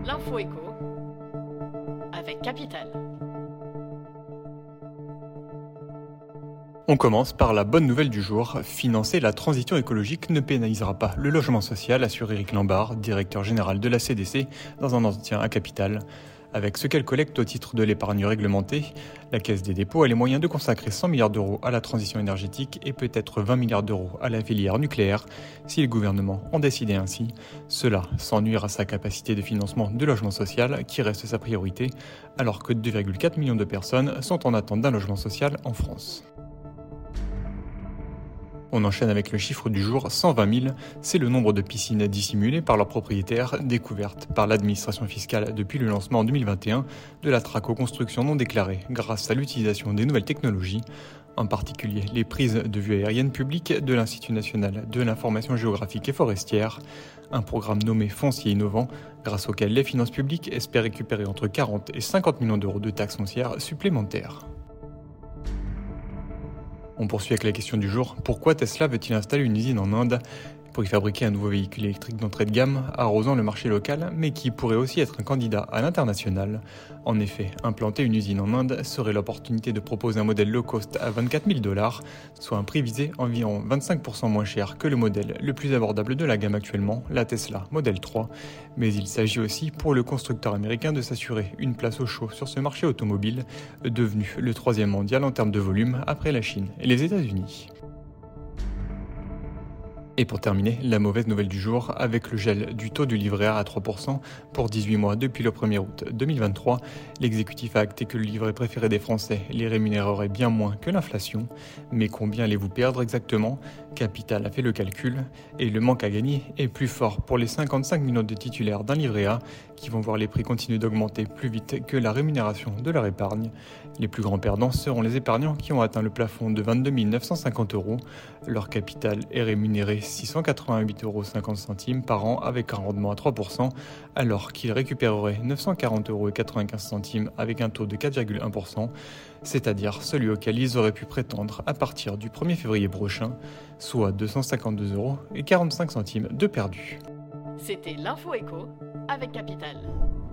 L'info éco avec Capital. On commence par la bonne nouvelle du jour. Financer la transition écologique ne pénalisera pas le logement social, assure Éric Lambard, directeur général de la CDC, dans un entretien à Capital. Avec ce qu'elle collecte au titre de l'épargne réglementée, la Caisse des dépôts a les moyens de consacrer 100 milliards d'euros à la transition énergétique et peut-être 20 milliards d'euros à la filière nucléaire, si le gouvernement en décidait ainsi. Cela sans nuire à sa capacité de financement de logement social, qui reste sa priorité, alors que 2,4 millions de personnes sont en attente d'un logement social en France. On enchaîne avec le chiffre du jour, 120 000, c'est le nombre de piscines dissimulées par leurs propriétaires, découvertes par l'administration fiscale depuis le lancement en 2021 de la traque aux constructions non déclarées grâce à l'utilisation des nouvelles technologies, en particulier les prises de vue aériennes publiques de l'Institut national de l'information géographique et forestière, un programme nommé Foncier Innovant, grâce auquel les finances publiques espèrent récupérer entre 40 et 50 millions d'euros de taxes foncières supplémentaires. On poursuit avec la question du jour, pourquoi Tesla veut-il installer une usine en Inde pour y fabriquer un nouveau véhicule électrique d'entrée de gamme, arrosant le marché local, mais qui pourrait aussi être un candidat à l'international. En effet, implanter une usine en Inde serait l'opportunité de proposer un modèle low cost à 24 000 $, soit un prix visé environ 25% moins cher que le modèle le plus abordable de la gamme actuellement, la Tesla Model 3. Mais il s'agit aussi pour le constructeur américain de s'assurer une place au chaud sur ce marché automobile, devenu le 3e mondial en termes de volume après la Chine et les États-Unis. Et pour terminer, la mauvaise nouvelle du jour, avec le gel du taux du livret A à 3% pour 18 mois depuis le 1er août 2023, l'exécutif a acté que le livret préféré des Français les rémunérerait bien moins que l'inflation. Mais combien allez-vous perdre exactement ? Capital a fait le calcul, et le manque à gagner est plus fort pour les 55 millions de titulaires d'un livret A qui vont voir les prix continuer d'augmenter plus vite que la rémunération de leur épargne. Les plus grands perdants seront les épargnants qui ont atteint le plafond de 22 950 €. Leur capital est rémunéré 688,50 € par an avec un rendement à 3%, alors qu'ils récupéreraient 940,95 € avec un taux de 4,1%, c'est-à-dire celui auquel ils auraient pu prétendre à partir du 1er février prochain, soit 252,45 € de perdu. C'était l'info éco avec Capital.